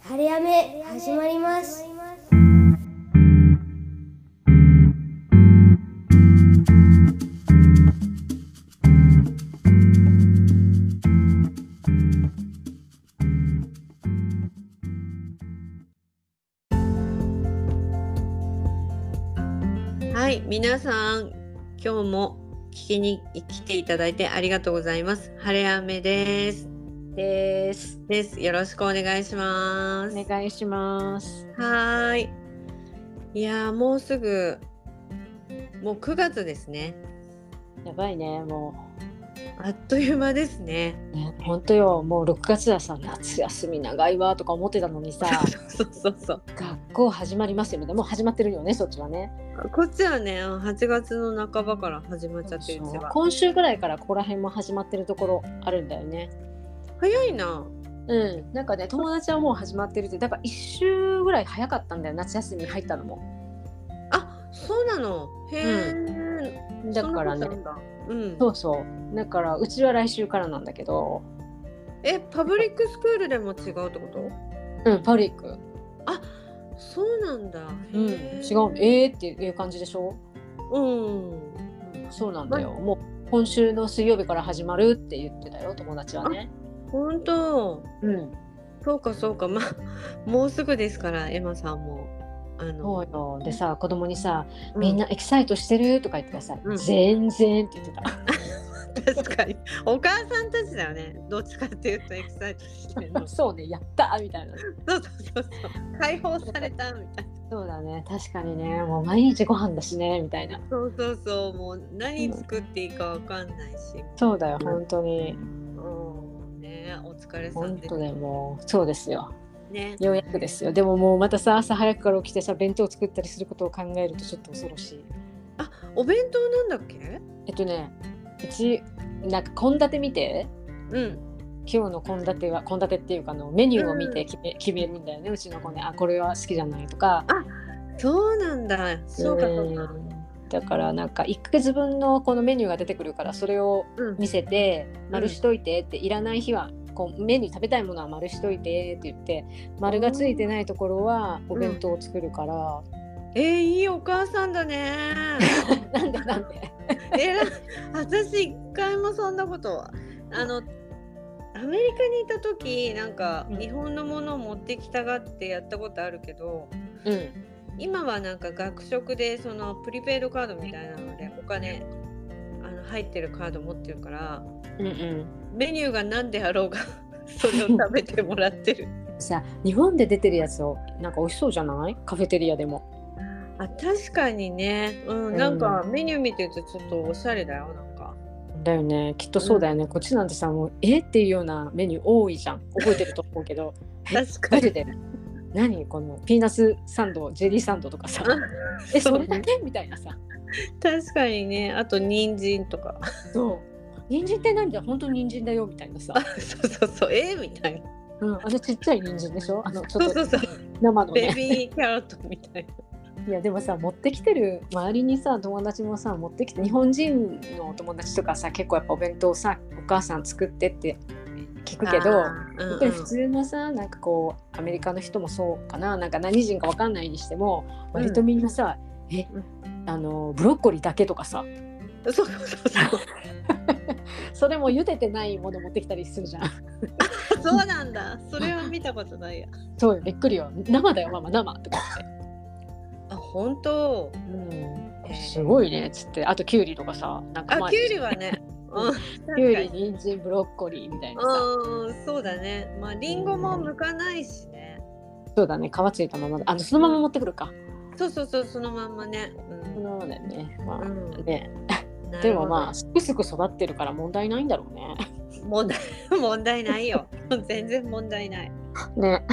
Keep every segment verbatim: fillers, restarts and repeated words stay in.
晴れ雨始まります。 はい、皆さん今日も聞きに来ていただいてありがとうございます。晴れ雨ですですですよろしくお願いします。 お願いします。 はーい。いやーもうすぐもうくがつですね。 やばいね、もあっという間ですね。 うね、本当よ。もうろくがつはさ、夏休み長いわとか思ってたのにさそうそうそう学校始まりますよね。もう始まってるよね、そっちはね。 こっちはねはちがつの半ばから始まっちゃってる。うちは今週ぐらいからここら辺も始まってるところあるんだよね。 早いな。 うん、なんかね、友達はもう始まってるって、だからいっ週ぐらい早かったんだよ、夏休みに入ったのも。 あ、そうなの。へうん、 ー、 だからね、 うん、 そうそうだからうちは来週からなんだけど。 え、パブリックスクールでも違うってこと？ うん、パブリック。 あ、そうなんだ。 うん、違う。えーっていう感じでしょ。 うん、 そうなんだよ、もう今週の水曜日から始まるって言ってたよ、友達はね。 本当。 うん、 そうかそうか、まあもうすぐですから、エマさんもあのそうよ。でさ、子供にさ、 うん、 みんなエキサイトしてるとか言ってさ、 うん、 全然って言ってた確かにお母さんたちだよね、どっちかっていうとエキサイトしてるのそうね、やったみたいな。 そうそうそうそう、解放されたみたいな。 そうだね、確かにね、もう毎日ご飯だしねみたいな。 そうそうそう、もう何作っていいかわかんないし、 そうだよ、本当に。 うんね、お疲れさんです。 本当でもうそうですよね、 ようやくですよ。でももうまたさ、朝早くから起きてさ、弁当作ったりすることを考えるとちょっと恐ろしい。 あ、お弁当なんだっけ？ えっとね、うちなんか献立見て、 うん、 今日の献立は献立っていうかのメニューを見て決め、うん、決めるんだよね、うちの子ね。あ、これは好きじゃないとか。 あ、そうなんだ。そうかそうか。 だからなんかいっかげつぶんのこのメニューが出てくるから、それを見せて、うん、丸しといてって、いらない日はこうメニュー食べたいものは丸しといてって言って、丸がついてないところはお弁当を作るから、うん、 えー、いいお母さんだねなんでなんでえら私一回もそんなことはあのアメリカにいた時なんか日本のものを持ってきたがってやったことあるけど、 うん、 今はなんか学食でそのプリペイドカードみたいなのでお金あの入ってるカード持ってるから、 うんうん、 メニューが何であろうがそれを食べてもらってるさ、日本で出てるやつをなんか美味しそうじゃない？カフェテリアでも。 あ、確かにね、うん、なんかメニュー見てるとちょっとおしゃれだよ、なんか。 だよね、きっとそうだよね、うん、こっちなんてさ、もうえっていうようなメニュー多いじゃん。覚えてると思うけど確かに。 何このピーナッツサンド、ジェリーサンドとかさえ、それだけみたいなさ。 確かにね、あと人参とか。 そう、人参って何だ、本当に人参だよみたいなさそうそうそう、えー、みたいな。 うん、あのちっちゃい人参でしょ、あのちょっとそうそうそう、 生のねベビーキャロットみたいな。 いやでもさ、持ってきてる周りにさ、友達もさ持ってきて、日本人のお友達とかさ、結構やっぱお弁当をさ、お母さん作ってって聞くけど、やっぱり普通のさ、なんかこうアメリカの人もそうかな、なんか何人か分かんないにしても割とみんなさ、うん、え、あのブロッコリーだけとかさ、 そうそうそうそうそれも茹でてないもの持ってきたりするじゃんそうなんだ、それは見たことないやそうよ、びっくりよ、生だよママ、生って思って。 あ、本当、 うん、すごいねっつって。あとキュウリとかさ、なんかあ、キュウリはねうん、キュウリ、人参、ブロッコリーみたいなさ。 うん、そうだね。まあリンゴも剥かないしね。 そうだね、皮ついたままで、あのそのまま持ってくるか。 そうそうそう、そのまんまね。 うん、そのままだよね。まあ、うん、ね。ででもまあすくすく育ってるから問題ないんだろうね。 問題問題ないよ。全然問題ない。 ね。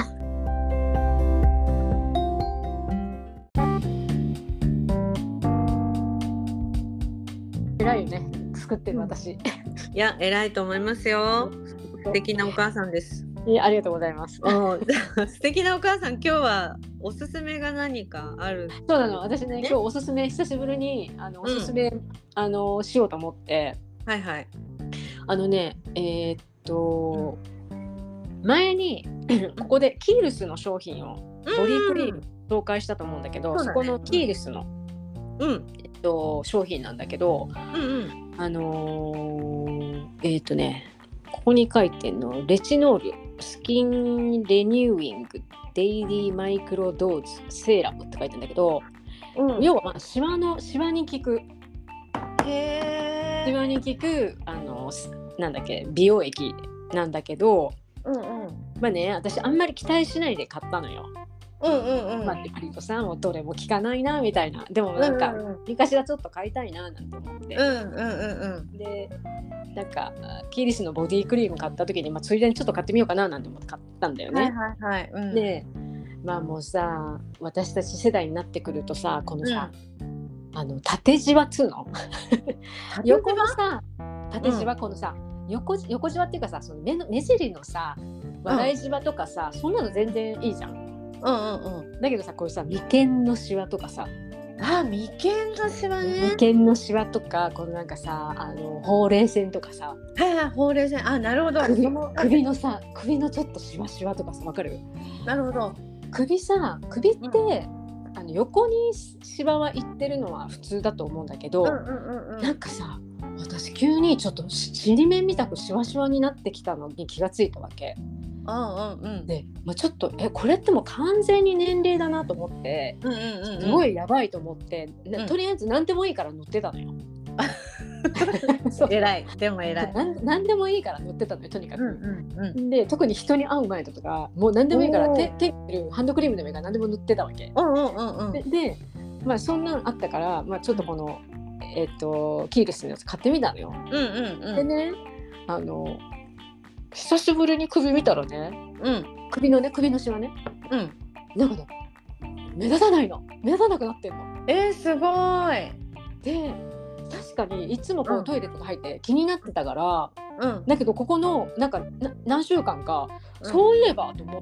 偉いよね、作ってる私。いや、偉いと思いますよ。素敵なお母さんです。 いや、ありがとうございます。 素敵なお母さん、今日はおすすめが何かある？ そうなの、私ね、今日おすすめ、久しぶりにあのおすすめ、うん、あのしようと思って。 はいはい。 あのね、えー、っと、 前にここでキールスの商品をボディクリーム紹介したと思うんだけど、 うん、 そこのキールスの、 うんえっと、商品なんだけど、 うんうんあのー、えっとねここに書いてんのレチノールスキンレニューイングデイリーマイクロドーズセーラムって書いてんだけど、 うん、 要はまあシワのシワに効くへー、 シワに効くあのなんだっけ美容液なんだけど、 うんうんまあね私あんまり期待しないで買ったのよ。 うんうんうん、 まあでクリトさんもどれも効かないなみたいな、でもなんかうんうん何かしらちょっと買いたいななんて思って、 うんうんうんうんでなんかキーリスのボディクリーム買った時に、まあ、ついでにちょっと買ってみようかななんて思って買ったんだよね。 はいはいはい、うん、 でまあもうさ私たち世代になってくるとさこのさ、うん、あの縦じわっつうの横のさ縦じわ、うん、このさ横、横じわっていうかさその 目, の目尻のさ笑いじわとかさ、うん、そんなの全然いいじゃん。うんうんうん、だけどさこれさ眉間のしわとかさあ眉間のしわね眉間のしわとかこのなんかさあのほうれい線とかさはいはいほうれい線あなるほど首, 首のさ首のちょっとしわしわとかさわかる？ なるほど首さ首って、うん、あの横にしわはいってるのは普通だと思うんだけど、うんうんうんうん、なんかさ私急にちょっと尻面みたくしわしわになってきたのに気がついたわけ。うんうんうん、で、まあ、ちょっとえこれってもう完全に年齢だなと思って、うんうんうんうん、すごいやばいと思って、うん、とりあえず何でもいいから乗ってたのよ。 偉いでも偉い何でもいいから乗ってたのよとにかく、うんうんうん、で特に人に会う前とかもう何でもいいから手手るハンドクリームでもいいから何でも塗ってたわけ、うんうんうんうん、で, で、まあ、そんなんあったから、まあ、ちょっとこの、えー、とキールスのやつ買ってみたのよ、うんうんうん、でねあの久しぶりに首見たらね、うん、首のね首のしわね、うん、なんかね目立たないの目立たなくなってんの。 えー、すごい。 で確かにいつもこうトイレとか入って気になってたから、うん、だけどここのなんかな何週間か、うん、そういえばと思って、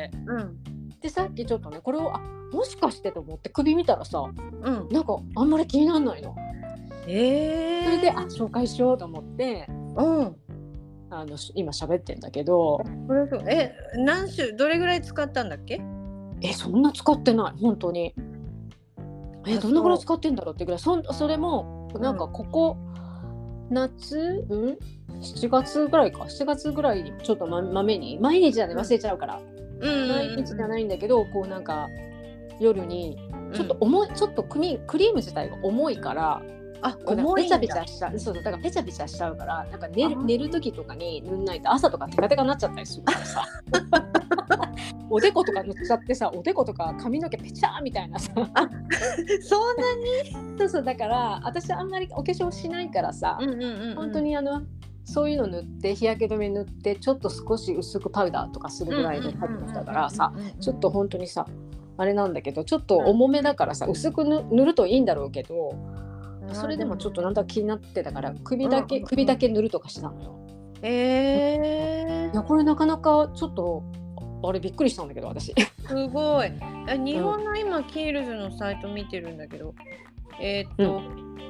うん、でさっきちょっとねこれをあもしかしてと思って首見たらさ、うん、なんかあんまり気にならないの。えー、それであ紹介しようと思って、うん、あの今喋ってんだけど、 え何種どれぐらい使ったんだっけ？ えそんな使ってない本当に。えどんなぐらい使ってんだろうってぐらい そ, それもなんかここ、うん、夏、うん、しちがつぐらいかしちがつぐらいにちょっとままめに毎日じゃね忘れちゃうから、うん、毎日じゃないんだけどこうなんか夜にちょっと重い、うん、ちょっとクリクリーム自体が重いからあ重いんだペチャペチャしちゃうそうそうだからペチャペチャしちゃうからなんか 寝, る寝る時とかに塗んないと朝とかテカテカになっちゃったりするからさおでことか塗っちゃってさおでことか髪の毛ペチャーみたいなさあそんなにそうそうだから私あんまりお化粧しないからさ、うんうんうんうん、本当にあのそういうの塗って日焼け止め塗ってちょっと少し薄くパウダーとかするぐらいで入ってたからさちょっと本当にさあれなんだけどちょっと重めだからさ薄く塗るといいんだろうけどそれでもちょっとなんだか気になってたから首だけ、うん、首だけ塗るとかしたのよ。えー、いやこれなかなかちょっとあれびっくりしたんだけど私すごい日本の今、うん、キールズのサイト見てるんだけどえー、っと、うん、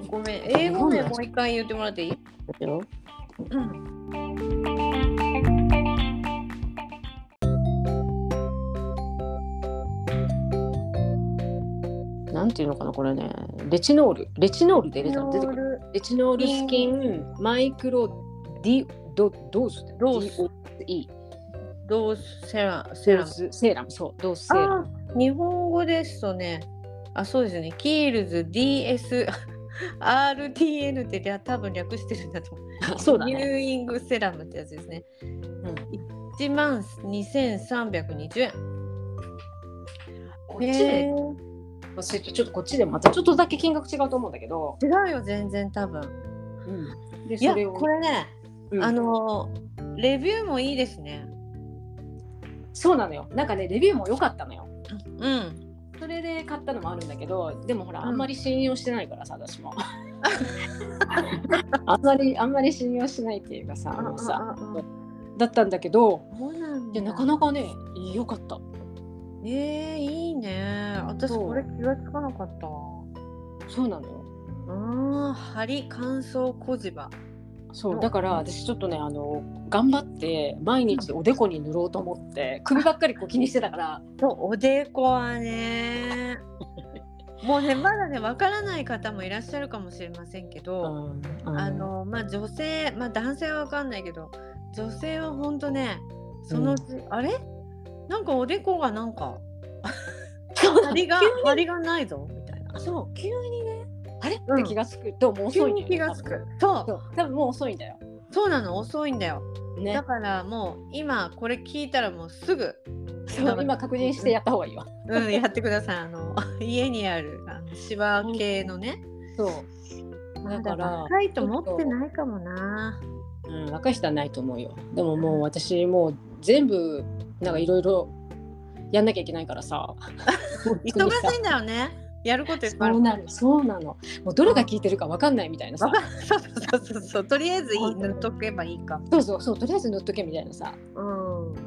ごめん英語名もう一回言ってもらっていい？うん、 なんていうのかなこれねレチノールレチノールで出てくるレチノールスキンマイクロディドドーズドーズドーズセラセラムセーラムそうドーズセーラム日本語ですとねあそうですねキールズ ディーエスアールティーエヌ って多分略してるんだと思う。 そうだね。 ニューイングセラムってやつですね。うん、いちまんにせんさんびゃくにじゅうえん。 こっちで、ちょっとこっちでまたちょっとだけ金額違うと思うんだけど。 違うよ全然多分。うん、でいやそれをこれね、うん、あのレビューもいいですね。 そうなのよ。なんかねレビューも良かったのよ。うん。それで買ったのもあるんだけどでもほら、うん、あんまり信用してないからさ私もあんまりあんまり信用しないっていうかさあのさだったんだけどいやなかなかね良かった。 えー、いいね私これ気がつかなかった。 そうなのよ。 ああ、針乾燥小じば。 そうだから私ちょっとねあの頑張って毎日おでこに塗ろうと思って首ばっかりこう気にしてたから。 そうおでこはねもうねまだねわからない方もいらっしゃるかもしれませんけど、うんうん、あのまあ女性まあ男性はわかんないけど女性はほんとねそのうち、うん、あれなんかおでこがなんか張りが張りがないぞみたいな。 そう急にねあれ、うん、って気がつくともう遅いんだよ。 急に気がつく。そうそう多分もう遅いんだよ。 そうなの遅いんだよ、 ね、 だからもう今これ聞いたらもうすぐそう今確認してやった方がいいわ。 うん、やってください。あの家にあるあのシワ系のね、 うん、そうだから若いと持ってないかもな。 うん、若い人はないと思うよ。でももう私もう全部なんかいろいろやんなきゃいけないからさ忙しいんだよね。やることいっぱいある。 そうなの、そうなの。もうどれが効いてるか分かんないみたいなさ。 そうそうそうそう。とりあえずいい塗っとけばいいか。 そうそうそう。とりあえず塗っとけみたいなさ。うん。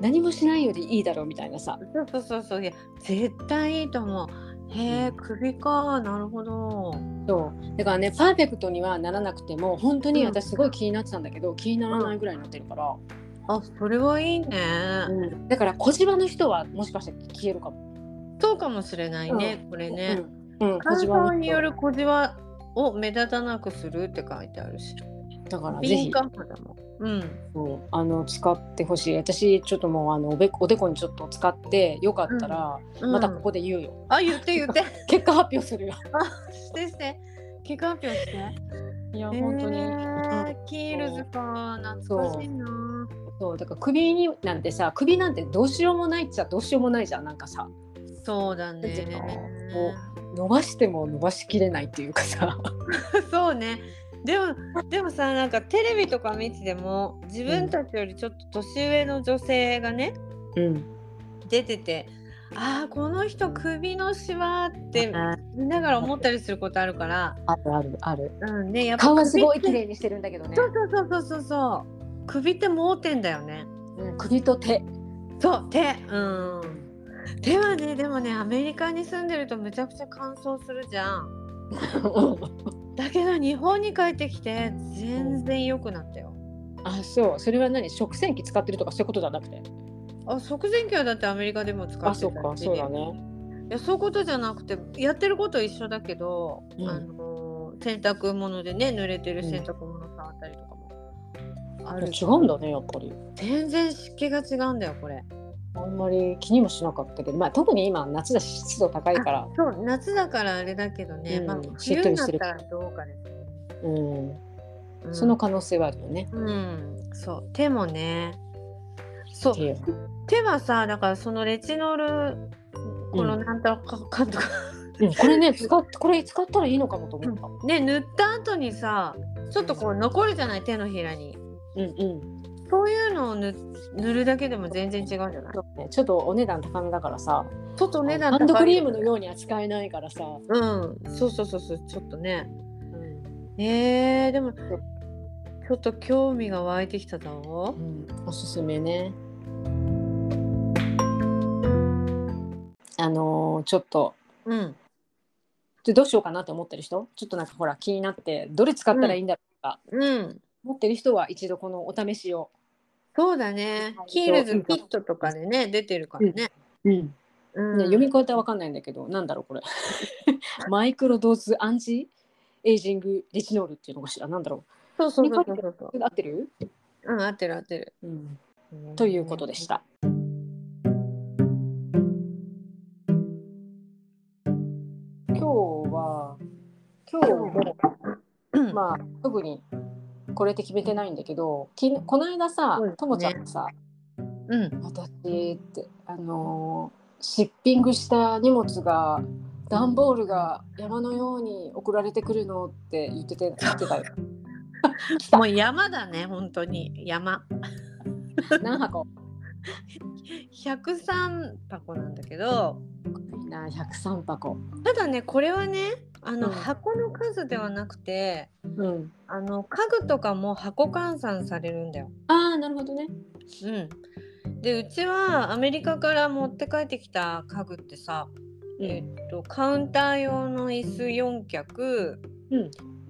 何もしないよりいいだろうみたいなさ。 そうそうそうそう。いや絶対いいと思う。へえ、首か、なるほど。 そうだからねパーフェクトにはならなくても本当に私すごい気になってたんだけど、うん、気にならないぐらいになってるから。 あ、それはいいね。 うん、だから小じわの人はもしかして消えるかも。 そうかもしれないね、うん、これね。うんうん、 乾燥による小じわを目立たなくするって書いてあるし、 だからぜひ敏感肌も、うん、 そうあの使ってほしい。私ちょっともうあの お, べおでこにちょっと使ってよかったら、うん、またここで言うよ、 うん、あ言って言って結果発表するよ。 あしてして結果発表して。 いや、えー、本当に、うん、 キールズか懐かしいな。 そうだから首になんてさ首なんてどうしようもないっちゃどうしようもないじゃん。なんかさそうだねもう伸ばしても伸ばしきれないっていうかさそうね。でもでもさなんかテレビとか見てても自分たちよりちょっと年上の女性がね、うん、出ててあーこの人首のシワって見ながら思ったりすることあるから。 あるあるある、 うんね、やっぱ顔はすごい綺麗にしてるんだけどね。 そうそうそうそうそう首って盲点だよね、 うん、首と手。 そう手うん手はねでもねアメリカに住んでるとめちゃくちゃ乾燥するじゃんだけど日本に帰ってきて全然良くなったよ。 あ、そう。それは何食洗機使ってるとかそういうことじゃなくて。 あ、食洗機はだってアメリカでも使ってたし。 あ、そうか、そうだね。 いやそういうことじゃなくてやってることは一緒だけど、うん、あの洗濯物でね濡れてる洗濯物触ったりとかもある、 うん、違うんだねやっぱり。 全然湿気が違うんだよこれ。 あんまり気にもしなかったけど、まあ、特に今夏だし湿度高いから。 そう夏だからあれだけどね、うん、まあ、冬になったらどうかですね、 うんうん、その可能性はあるよね。 うん、そう手もねそう手, 手はさだからそのレチノールこのなんとかかんとか、 うん、これね使っこれ使ったらいいのかもと思った、 うん、ね塗った後にさちょっとこう残るじゃない手のひらに。 うんうんそういうのを 塗, 塗るだけでも全然違うんじゃない？ ね、ちょっとお値段高めだからさちょっとお値段高いハンドクリームのようには使えないからさ。 うんそうそうそうそうちょっとね、うん、えー、でもちょっと興味が湧いてきたぞ、 うん、おすすめね。あのー、ちょっと、うん、でどうしようかなって思ってる人ちょっとなんかほら気になってどれ使ったらいいんだろうか、うんうん、持ってる人は一度このお試しを。 そうだね。キールズキットとかでね出てるからね。 うんうんうんね、読み方わかんないんだけどなんだろうこれマイクロドーズアンチエイジングレチノールっていうのかしらなんだろう。 そうそうそうそうそう。 合ってる？ うん合ってる合ってる。 うん、ということでした。今日は今日もまあ特にこれって決めてないんだけどきこの間さとも、ね、ちゃんさ、うん、私ってあのー、シッピングした荷物が段ボールが山のように送られてくるのって言ってて言ってたよもう山だね本当に山何箱ひゃくさんはこなんだけどなひゃくさんはこ。 ただねこれはねあの、うん、箱の数ではなくて、うん、あの家具とかも箱換算されるんだよ。 ああなるほどね。 うん、でうちはアメリカから持って帰ってきた家具ってさ、うん、えー、っとカウンター用の椅子よん脚、うん、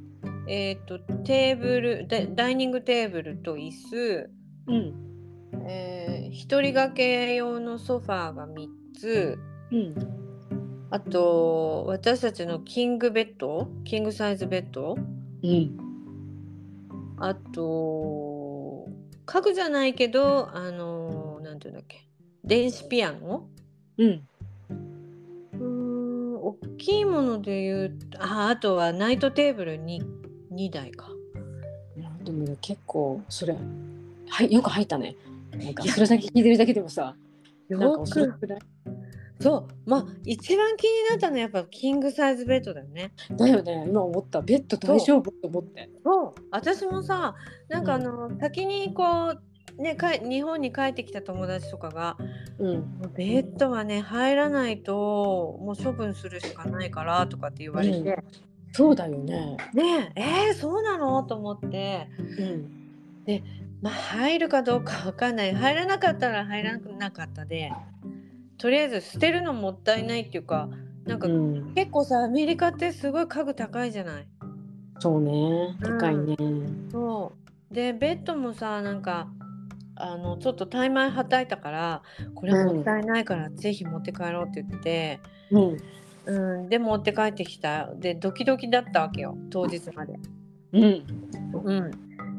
えっとテーブルダダイニングテーブルと椅子、 うんえー、一人掛け用のソファーがみっつ、 うんあと私たちのキングベッドキングサイズベッド、 うんあと家具じゃないけどあのーなんていうんだっけ電子ピアノ、 うんうーん大きいもので言うとああとはナイトテーブル に, にだいか。 いやでもね結構それはいよく入ったね。なんかそれだけ聞いてるだけでもさなんかよ恐ろしくくない？ そうまあ一番気になったのはやっぱキングサイズベッドだよね。 だよね今思ったベッド大丈夫と思って。 そう私もさなんかあうんの、先にこうねか日本に帰ってきた友達とかがうんもうベッドはね入らないともう処分するしかないからとかって言われて、 うんそうだよね。 ねええー、そうなのと思って、 うんで、まあ、入るかどうかわかんない入らなかったら入らなかったでとりあえず捨てるのもったいないっていうかなんか、 うん、 結構さアメリカってすごい家具高いじゃない。 そうね高いね。 そうでベッドもさなんかあのちょっとタイマイはたいたからこれもったいないからぜひ持って帰ろうって言って、 うんうん、で持って帰ってきたでドキドキだったわけよ当日まで、 うんうん、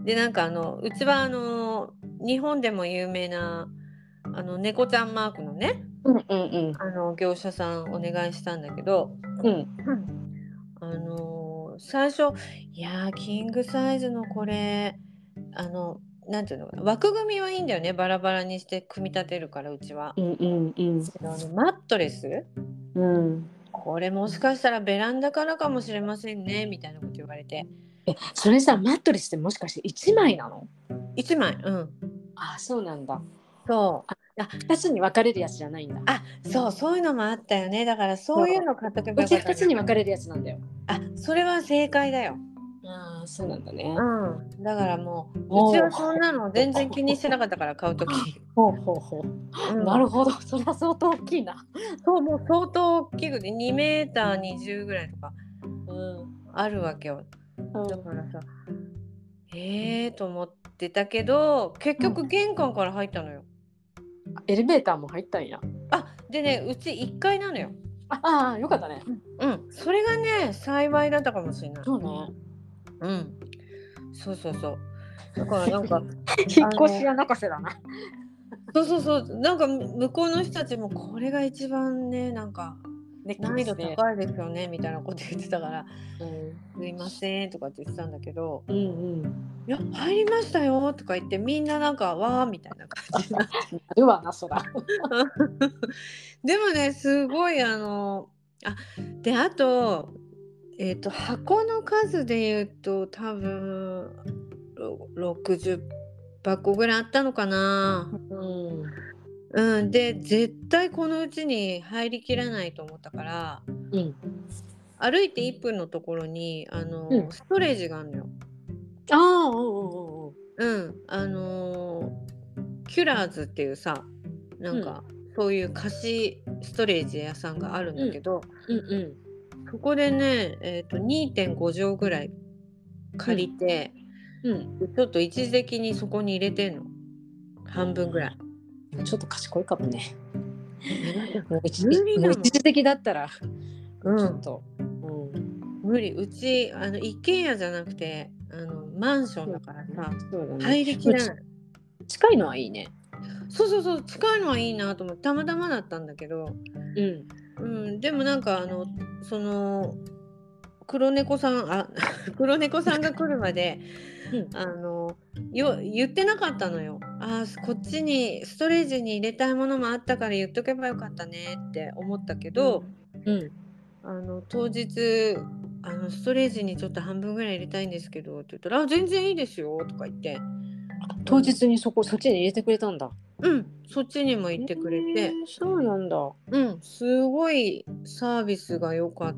でなんかあのうちはあの日本でも有名なあの猫ちゃんマークのねうんうんうんあの業者さんお願いしたんだけど、 うんあの最初いやーキングサイズのこれあのなんていうのかな枠組みはいいんだよねバラバラにして組み立てるからうちは、 うんうんうんけどあのマットレスうんこれもしかしたらベランダからかもしれませんねみたいなこと言われてえそれさマットレスってもしかしていちまいなの？ いちまいうんあそうなんだ。 そうあふたつに分かれるやつじゃないんだ。 あそうそういうのもあったよねだからそういうの買っとけばうちふたよかったつに分かれるやつなんだよ。 あそれは正解だよ。 ああそうなんだね。 うんだからもうおーうちはそんなの全然気にしてなかったから買うとき、 ほうほうほう、 うん、 なるほどそれは相当大きいな。 そうもう相当大きくてにメーターにじゅうぐらいとかうんあるわけようんだからさえーと思ってたけど結局玄関から入ったのよ、 エレベーターも入ったんや。 あでねうちいっかいなのよ。 ああよかったね。 うんそれがね幸いだったかもしれない。 そうね。 うんそうそうそうだからなんか引っ越し屋泣かせだな。 そうそうそうなんか向こうの人たちもこれが一番ねなんか難易度高いですよねみたいなこと言ってたからうんすいませんとかって言ってたんだけどうんうん。 いや入りましたよとか言ってみんななんかわーみたいな感じになってなるわなそら。 でもねすごいあのあであとえっ、と箱の数で言うと多分ろろくじゅうばこぐらいあったのかな、 うんうん、で絶対このうちに入りきらないと思ったからうん。 歩いていっぷんのところにあの、 うんストレージがあるのよ。 ああうんうんうんうんあのキュラーズっていうさなんか、そういう貸しストレージ屋さんがあるんだけど、 うんうんそこでね、えー、と にてんご 畳ぐらい借りて、 うんでちょっと一時的にそこに入れてんの半分ぐらい。 うん。ちょっと賢いかもね。もう一無理だもんもう一時的だったらうんちょっと。うん無理うちあの一軒家じゃなくてあのマンションだからさそうだね。 入りきらない。 近いのはいいね。 そうそうそう近いのはいいなと思ってたまたまだったんだけど、 うんうん、でもなんかあのその黒猫さんあ黒猫さんが来るまでうんあのよ言ってなかったのよ。あーこっちにストレージに入れたいものもあったから言っとけばよかったねって思ったけど、 うんあの当日あのストレージにちょっと半分ぐらい入れたいんですけどって言ったらあ全然いいですよとか言って当日にそこそっちに入れてくれたんだ。 うんそっちにも行ってくれて、 へーそうなんだ。 うんすごいサービスが良かった。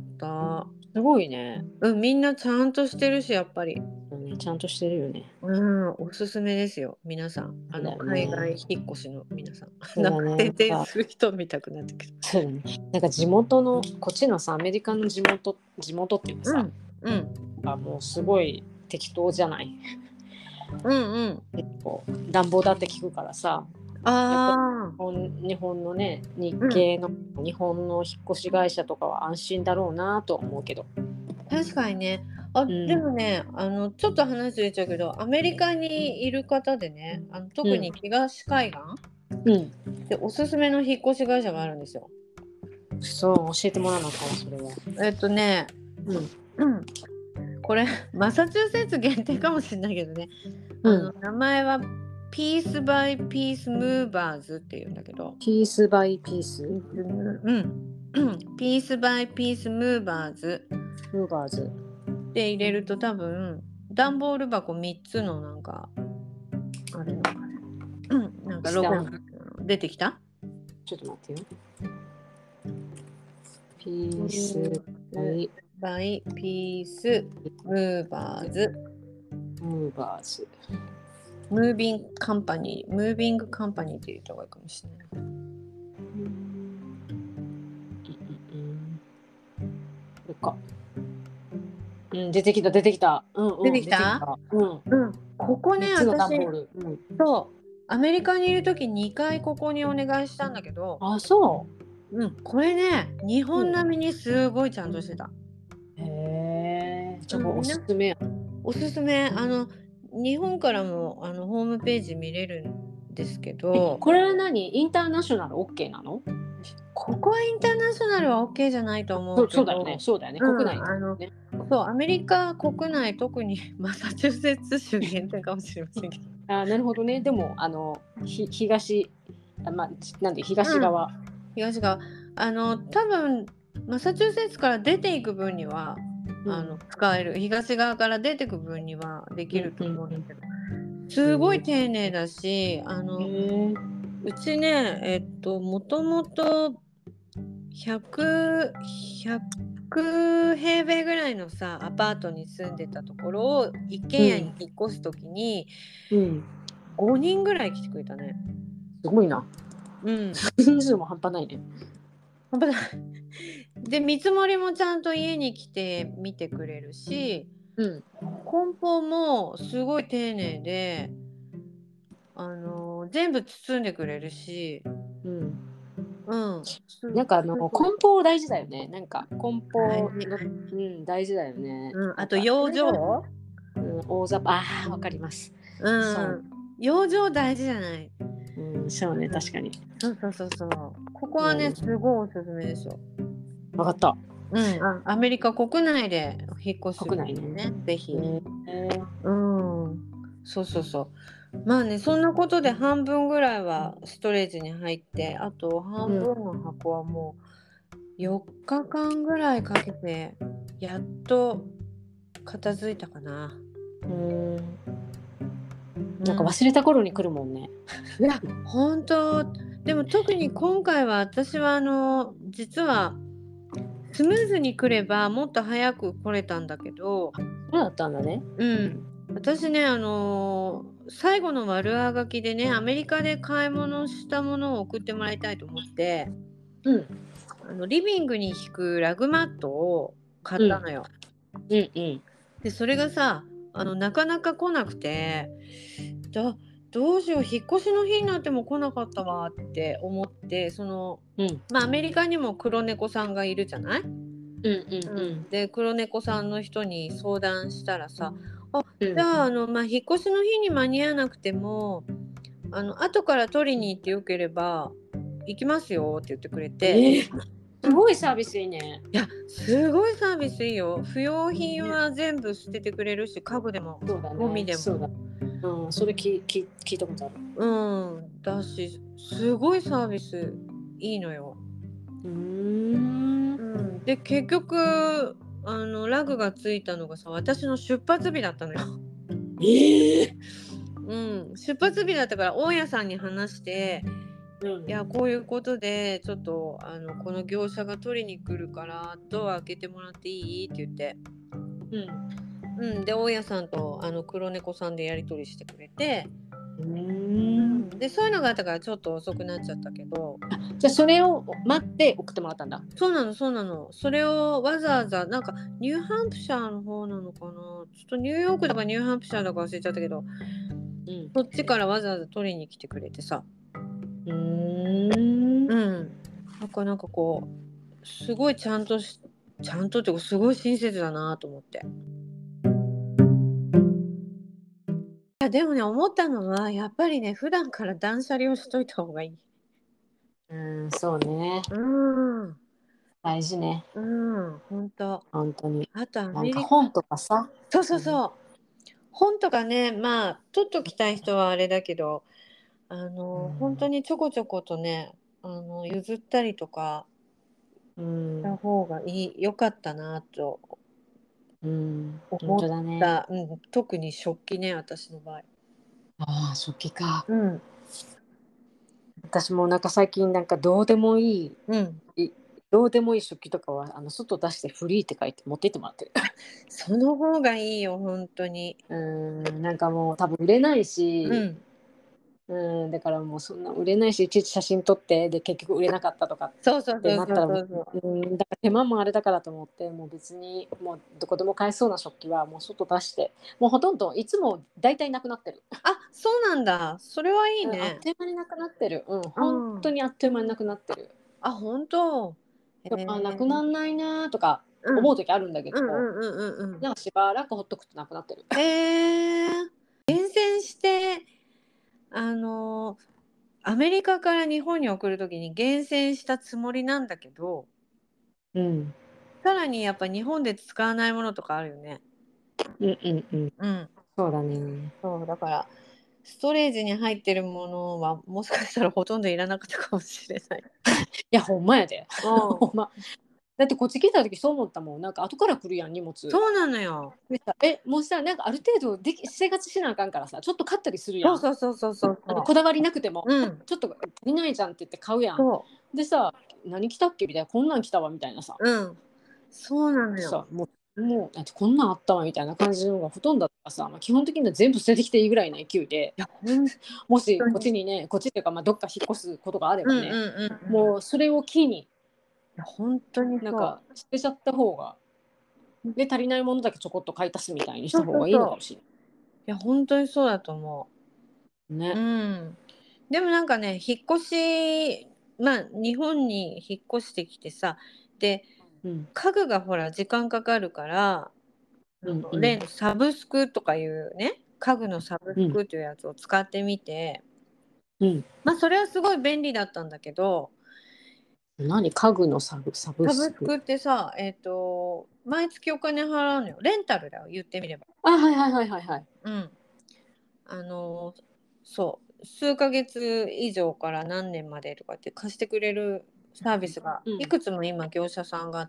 すごいね。 うんみんなちゃんとしてるしやっぱり、 うんちゃんとしてるよね。 うんおすすめですよ皆さんあの、 そうだよね海外引っ越しの皆さん、 そうだねなんか転々する人見たくなってきた。 そうだね。なんか地元のこっちのさアメリカの地元地元っていうかさ、 うんうん、 あもうすごい適当じゃない。 うんうん結構暖房だって聞くからさ、 あ日本、日本のね日うん系の日本の引っ越し会社とかは安心だろうなと思うけど、 確かにね。あ、 うんでもね、あのちょっと話ずれちゃうけど、アメリカにいる方でね、あの特に東海岸、 うんでおすすめの引っ越し会社があるんですよ。 そう教えてもらわなかったそれは。 えっとね、 うんうん、これマサチューセッツ限定かもしれないけどね、あのうん名前はピースバイピースムーバーズっていうんだけど、 ピースバイピースうん、ピースバイピースムーバーズムーバーズで入れると多分段ボール箱みっつのなんかあれのかな、うん、なんかロゴが出てきた？ ちょっと待ってよ。ピースバイバイピースムーバーズムーバーズムービングカンパニームービングカンパニーって言った方がいいかもしれない。 うんうんうんこれか。うん出てきた出てきた。うんうん出てきた？ うん。 うん。ここね、 みっつの段私、 ボール。うん、 そうアメリカにいるときにかいここにお願いしたんだけど、 あそうん、これね日本並みにすごいちゃんとしてた。 う。へえ。じゃあうんおすすめや。 おすすめ、あの日本からもあのホームページ見れるんですけど、 これは何インターナショナル OK なの？ ここはインターナショナルは OK じゃないと思そううけど、 そうだよねそうだよね、 うん国内あのね。 そうアメリカ国内特にマサチューセッツ州限定かもしれませんけど、 あなるほどね。でもあのひ東あまあなんで東側、 東側あの多分マサチューセッツから出ていく分には、 うんあの使える、東側から出ていく分にはできると思うんだけど、すごい丁寧だし、あのへえ。 うちねえっともともとひゃく、ひゃく平米ぐらいのさアパートに住んでたところを一軒家に引っ越すときにうんごにんぐらい来てくれたね。 すごいな。 うん人数も半端ないね。 半端ないで見積もりもちゃんと家に来て見てくれるし、 うん梱包もすごい丁寧で、あの全部包んでくれるし、 うんうん、 なんかあの梱包大事だよね。なんか梱包大事のうん大事だよね。 うん、あとなんか養生、 うん大雑把ああわかります。 うんそう養生大事じゃない？ うんそうね確かに。 そうそうそうそう。ここはね、 うんすごいおすすめですよ。 わかった。 うん、あアメリカ国内で引っ越す国内ね。 ぜひ。 へえうん、そうそうそう。まあね、そんなことで半分ぐらいはストレージに入って、あと半分の箱はもうよっかかんぐらいかけてやっと片付いたかな。 うんなんか忘れた頃に来るもんね。 いや本当でも特に今回は私はあの実はスムーズに来ればもっと早く来れたんだけど、 そうだったんだね。 うん私ねあのー最後の悪あがきでねアメリカで買い物したものを送ってもらいたいと思ってうんあのリビングに引くラグマットを買ったのよ。 うんうんでそれがさあのなかなか来なくてだどうしよう引っ越しの日になっても来なかったわって思って、そのうんまあアメリカにも黒猫さんがいるじゃない？ うんうんうんで黒猫さんの人に相談したらさ、あうんじゃああの、まあ、引っ越しの日に間に合わなくてもあの後から取りに行ってよければ行きますよって言ってくれて、 えーすごいサービスいいね。 いやすごいサービスいいよ。不要品は全部捨ててくれるし家具でもそうだね。 ゴミでもそうだ。うん、それ聞聞聞いたことある。 うんだしすごいサービスいいのよ。 うーん。 うん、で結局あのラグがついたのがさ私の出発日だったのよ。 ええうん、出発日だったから大家さんに話してうんいやこういうことでちょっとあのこの業者が取りに来るからドア開けてもらっていいって言って、 うんうん、で大家さんとあの黒猫さんでやり取りしてくれて、 うーん 、でそういうのがあったからちょっと遅くなっちゃったけど。 じゃあそれを待って送ってもらったんだ。 そうなのそうなの。それをわざわざなんかニューハンプシャーの方なのかな、ちょっとニューヨークだかニューハンプシャーだか忘れちゃったけど、 うん、 そっちからわざわざ取りに来てくれてさ。 うーん、 うん。なんかなんかこうすごいちゃんとしちゃんとっていうかすごい親切だなと思って。いやでもね思ったのはやっぱりね普段から断捨離をしといた方がいい。 うん、そうね。 うん。 大事ね。 うん、本当。 本当に。 あとアなんメリカ。 か本とかさ。 そうそうそう。本とかね、まあ取っときたい人はあれだけど、あの、 うん、 本当にちょこちょことね、あの譲ったりとかうんした方がいい良かったなとうん、本思っ当だね。 た。うん、特に食器ね、私の場合。 ああ、食器か。 うん、 私もなんか最近なんかどうでもいい、 うん。 いどうでもいい食器とかはあの外出してフリーって書いて持ってってもらってる。 その方がいいよ、本当に。 うーん、なんかもう多分売れないし、 うん。 うん、だからもうそんな売れないし、いちいち写真撮ってで結局売れなかったとかそうそうってなったら、 そうそうそう。 うん、だから手間もあれだからと思って、もう別にもうどこでも買えそうな食器はもう外出して、もうほとんどいつも大体なくなってる。 あ、そうなんだ。それはいいうん、あっね。 という間になくなってる。うん、 う本当ん。 にあっという間になくなってる。 あ、本当。へあ、なえ。 くなんないなとかうん。 思う時あるんだけど、 うんうんうんうんうん。 なんかしばらくほっとくとなくなってる。 へえ。厳選して、あの、アメリカから日本に送るときに厳選したつもりなんだけど、 うん、 さらにやっぱ日本で使わないものとかあるよね。 うんうんうん、 うん。 そうだね。 そう、だから、ストレージに入ってるものは、もしかしたらほとんどいらなかったかもしれない。 いや、ほんまやで。 うほんん。 ま。だってこっち来た時そう思ったもん。なんか後から来るやん、荷物。 そうなのよ。 でさ、え、もうさ、なんかある程度でき生活しなあかんからさ、ちょっと買ったりするやん。 そうそうそうそうそうそあのこだわりなくても、 う。うん。 ちょっと足りないじゃんって言って買うやん。 そでさ、何着たっけみたいな、こんなん着たわみたいなさ。 う。うん。そうなのよ。 さ、もう、もう、だってこんなんあったわみたいな感じのがほとんどだったからさ、まあ、基本的には全部捨ててきていいぐらいの勢いで、 いや、ほんもしとに。 こっちにね、こっちっていうか、まあ、どっか引っ越すことがあれうんうんばね、 うんうん。 もうそれを機に、 いや、ほんとにそう。 なんか捨てちゃった方が、で、足りないものだけちょこっと買い足すみたいにしそうた方がいいのそうそう。 かもしれいや、ほんとにそうだと思ない。 う。うね。 ん。でもなんかね、引っ越しまあ、日本に引っ越してきてさ、で、 うん。 家具がほら時間かかるから、あうんうの、例ん。 のサブスクとかいうね、家具のサブうん。 スクというやつを使ってみて、 うん。 ま、それはすごい便利だったんだけど、 何家具のサブサブスク。 サブスクってさ、えっと、毎月お金払うのよ。レンタルだよ、言ってみれば。 あ、はいはいはいはいはい。 うん。あの、そう、数ヶ月以上から何年までとかって貸してくれるサービスがうん。 いくつも今業者さんがあって、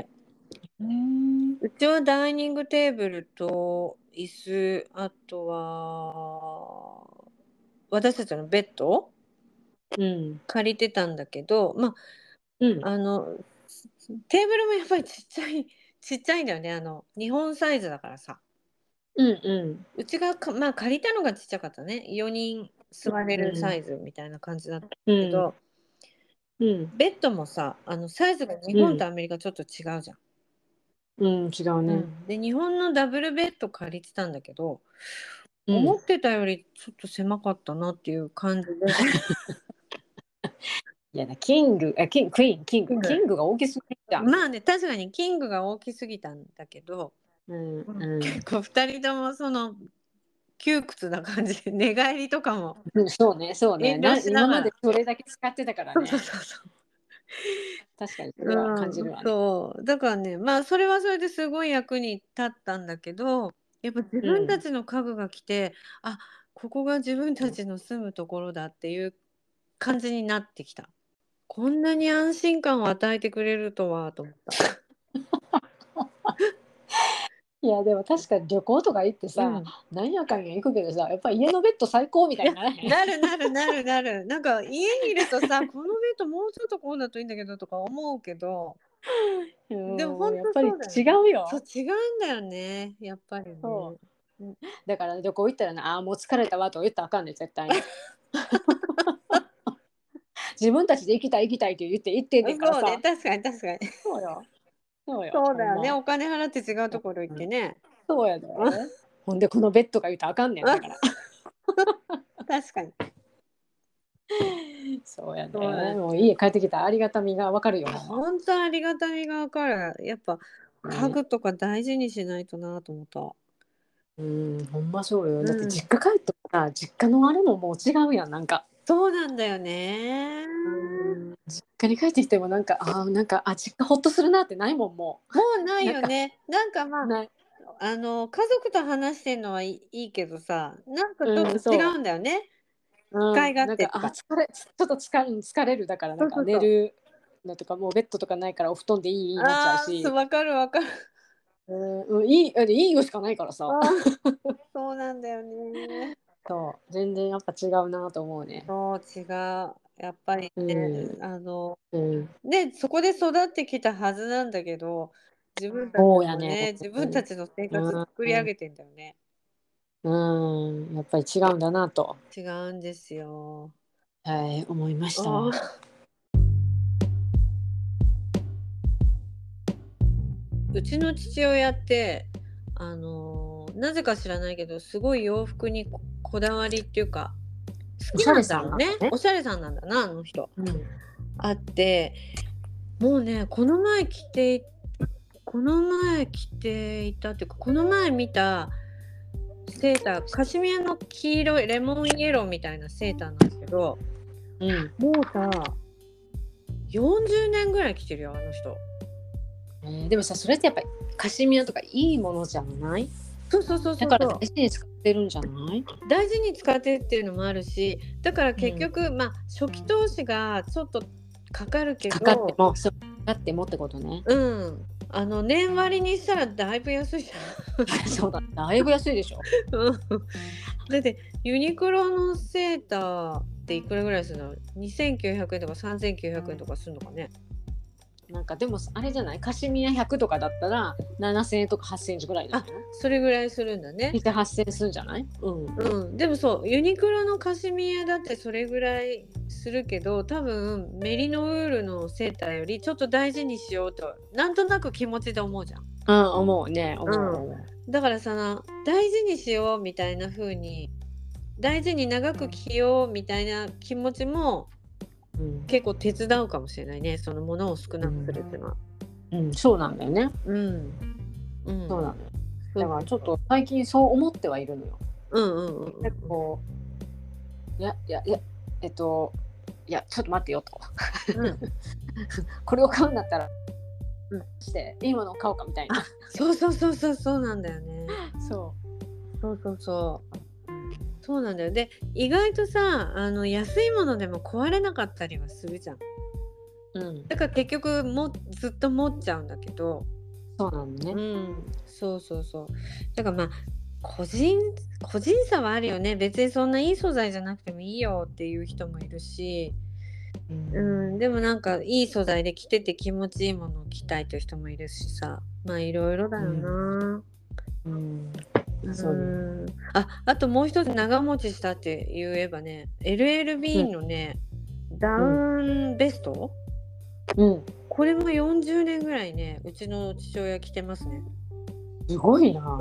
うーん。 うちはダイニングテーブルと椅子、あとは私たちのベッドうん。 借りてたんだけど、まうん。 あ、あの、テーブルもやっぱりちっちゃいちっちゃいんだよね。あの、日本サイズだからさ。 うんうん。 うちがかまあ、借りたのがちっちゃかったね。よにん座れるサイズみたいな感じだったうん。 けど、 うん。 ベッドもさ、あの、サイズが日うん。 本とアメリカちょっと違うじゃん。 うん、違うね。 うん。で、日本のダブルベッド借りてたんだけど、 うん。 思ってたよりちょっと狭かったなっていう感じで。 いやだ、キング、あ、キンクイーン、キング、 キング。 キングが大きすぎじゃん。 まあね、確かにキングが大きすぎたんだけど、 うんうん、 うん。 結構ふたりともその窮屈な感じで寝返りとかもうん、そうね、そうね。 遠慮な今までしながら。 それだけ使ってたからそうそうね。 そうそう。 確かにそれは感じうん、 るわね。 そう。だからね、まあそれはそれですごい役に立ったんだけど、やっぱ自分たうん。 ちの家具が来て、あ、ここが自分たちの住むところだっていう感じになってきた。こんなに安心感を与えてくれるとはと思った。 いや、でも確かに旅行とか行ってうさ、 ん。 なんやかんや行くけどさ、やっぱ家のベッド最高みたいや、 いにならへん。 なるなるなるなる。なんか家にいるとさ、このベッドもうちょっとこうだといいんだけどとか思うけど、でもうん、 ほんとやっぱり違そうだよね。そう、 うよ。 違うんだよね、やっぱりね。 そだから旅行行ったらな、あーもう疲れたわと言ったらあかんねん絶対に。自分たちで行きたい行きたいって言って行ってんねんからさ。 そうね、確かに確かに。 そうよ。そうよ。 そうだよね、 ほんまお金払って違うところ行ってね。 そうやで。ほんでこのベッドが言うたらあかんねんだから。 確かに。 そうやで。 そうだねもう家帰ってきたらありがたみがわかるよ。ほんま本当ありがたみがわかる。やっぱ家具とか大事にしないとなと思った。 うん、ほんまそうよ。 うんだって実家帰ったらさ、実家のあれももう違うやん、なんか。 そうなんだよね。 実家に帰ってきてもなんか、あーなんか、あ、実家ほっとするなってないもん、ももうないよね。なんかまう。 あない。 あの家族と話してるのはいい、いいけどさ、なんかちょうん、そう。 っと違うんだよね。 うん、 使いなんか、 勝手とか。 あ、疲れ、ちょっと疲れ、疲れるだから、なんかそうそうそう寝るのとか、もうベッドとかないからお布団でいいになっちゃうああ、 し、 そうわかるわかる。 うん、うんいい、あいいよしかないからさ。 あーそうなんだよね。 そう、全然やっぱ違うなと思うね。 そう違う。やっぱりうね、 ん、 あのうん、 でそこで育ってきたはずなんだけど、自分たちそうやね。 もね、自分たちの生活うん、 作り上げてんだよね。 うん、やっぱり違うんだなと、 違うんですよ。 はい、思いましたあわ。 うちの父親ってあのなぜか知らないけどすごい洋服にこ、こだわりっていうか好きなんだろうね。おしゃれさんなんだなあの人。 うん、 あってもうねこの前着てこの前着ていたっていうかこの前見たセーターカシミヤの黄色いレモンイエローみたいなセーターなんですけど、 うん、 もうさよんじゅうねんぐらい着てるよあの人。 えーでもさ、それってやっぱりカシミヤとかいいものじゃない？ そうそうそうそうだから大事に使ってるんじゃない？ 大事に使ってっていうのもあるし、だから結局、うん、まあ初期投資がちょっとかかるけど、 かかってもそうかかってもってことね。 うんあの年割りにしたらだいぶ安いじゃん。 そうだ、だいぶ安いでしょ。 だってユニクロのセーターっていくらぐらいするの？にせんきゅうひゃくえんとかさんぜんきゅうひゃくえんとかするのかね。 なんかでもあれじゃない、カシミヤひゃくとかだったらななせんえんとかはっせんえんぐらいだよ。 あ、それぐらいするんだね。 にせんはっせんえんするんじゃない？うん、 うん、でもそうユニクロのカシミヤだってそれぐらいするけど、多分メリノウールのセーターよりちょっと大事にしようとなんとなく気持ちで思うじゃん。 うん、思うね、思う、思うだからさ大事にしようみたいな風に大事に長く着ようみたいな気持ちもう、うん、 結構手伝うかもしれないね、そのものを少なくするっていうのは。 うん、そうなんだよね。 うん、うん、 そうなのよ。だからちょっと最近そう思ってはいるのよ。 うんうんうん、 結構いやいやいやえっといやちょっと待ってよと、うん、これを買うんだったら、うん、していいものを買おうかみたいな。 そうそうそうそうそうなんだよね。 そうそうそうそうそうなんだよ。で意外とさあの安いものでも壊れなかったりはするじゃん。 うん、 だから結局もずっと持っちゃうんだけど。 そうなのね。 うん、そうそうそう。だからまあ個人個人差はあるよね。別にそんないい素材じゃなくてもいいよっていう人もいるし、うん、うん、でもなんかいい素材で着てて気持ちいいものを着たいという人もいるしさ、まあいろいろだよな。 うん、うん、 そううんああともう一つ長持ちしたって言えばね エルエルビー のね、うん、ダウンベスト、うん、これもよんじゅうねんぐらいねうちの父親着てますね。 すごいな。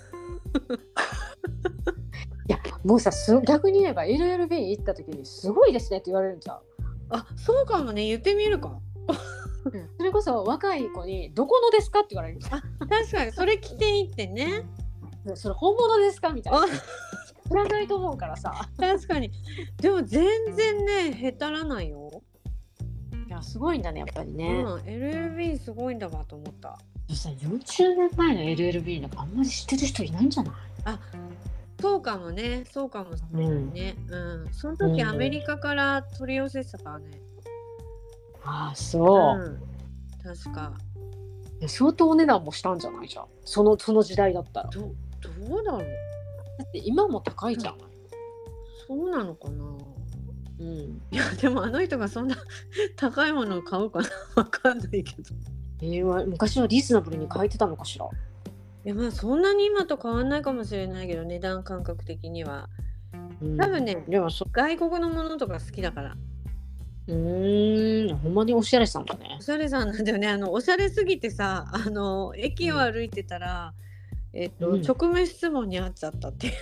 いやもうさ逆に言えば エルエルビー 行った時にすごいですねって言われるんじゃん。 あそうかもね、言ってみるか。 うん、それこそ若い子にどこのですかって言われる。 あ確かにそれ着ていってね。 それ本物ですかみたいな。知らないと思うからさ。 確かに。でも全然ねへたらないよ。 いやすごいんだねやっぱりね。 うん、エルエルビー すごいんだわと思った。 さよんじゅうねんまえの エルエルビー なんかあんまり知ってる人いないんじゃない？ あそうかもね、そうかもしれないね。うん、うん、その時アメリカから取り寄せてたからね。 うん、ああそう、 うん、確か。 相当お値段もしたんじゃないじゃん。そのその時代だったら。 どどうだろう。 だって今も高いじゃん。 そうなのかな。 うん。いやでもあの人がそんな高いものを買うかなわかんないけど。 えー、昔はリーズナブルに買えてたのかしら。 いやまあそんなに今と変わんないかもしれないけど、値段感覚的には。 うん多分ね、 でもそ外国のものとか好きだから。 うーんほんまにおしゃれさんだねお。しゃれさんなんだよね。あのおしゃれすぎてさ、あの駅を歩いてたら、えっと、 うん直面質問に遭っちゃったっていう。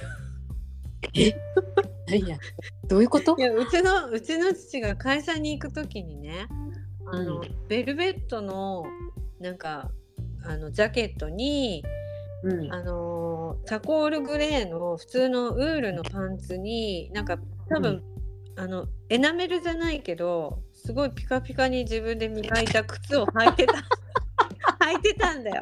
いやどういうことい？やうちのうちの父が会社に行く時にね、あの、 うんベルベットのなんかあのジャケットに、 うんあのチャコールグレーの普通のウールのパンツになんか多分、あのエナメルじゃないけどすごいピカピカに自分で磨いた靴を履いてた履いてたんだよ。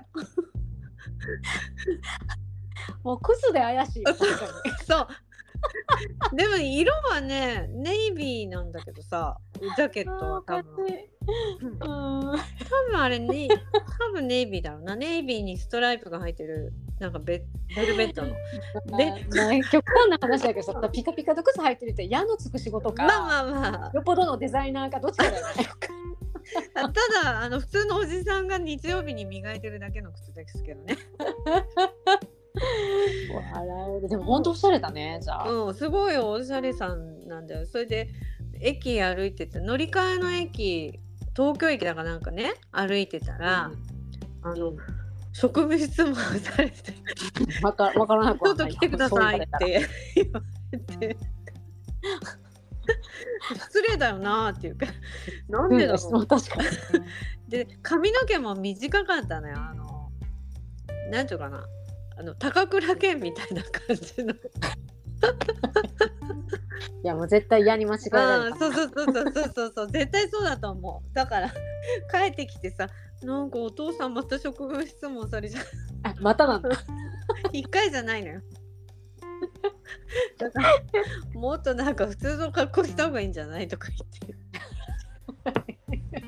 もうクズで怪しいよ確かに。 そうでも色はねネイビーなんだけどさ、ジャケットは多分うん多分あれね多分ネイビーだろうな。ネイビーにストライプが入ってるなんかベベルベットのでまあ、極端な話だけどさピカピカの靴履いてるって矢のつく仕事か、 まあまあまあよっぽどのデザイナーかどっちかだよね。 ただあの普通のおじさんが日曜日に磨いてるだけの靴ですけどね。 笑える。でも本当おしゃれだねじゃあ。 うん、すごいおしゃれさんなんだよ。それで駅歩いてて乗り換えの駅東京駅だからなんかね歩いてたら、あの職務質問されてわかわからなくちょっとはない来てくださいって言われて失礼だよなっていうかなんでだろう、 うん、確かに。 で髪の毛も短かったのよ。あのなんていうかな、あの高倉健みたいな感じのいやもう絶対矢に間違えられた。 そうそうそうそうそうそうそう絶対そうだと思う。だから帰ってきてさ、なんかお父さんまた職務質問されちゃうあまたなんだ。 一回じゃないのよ。だからもっとなんか普通の格好した方がいいんじゃないとか言って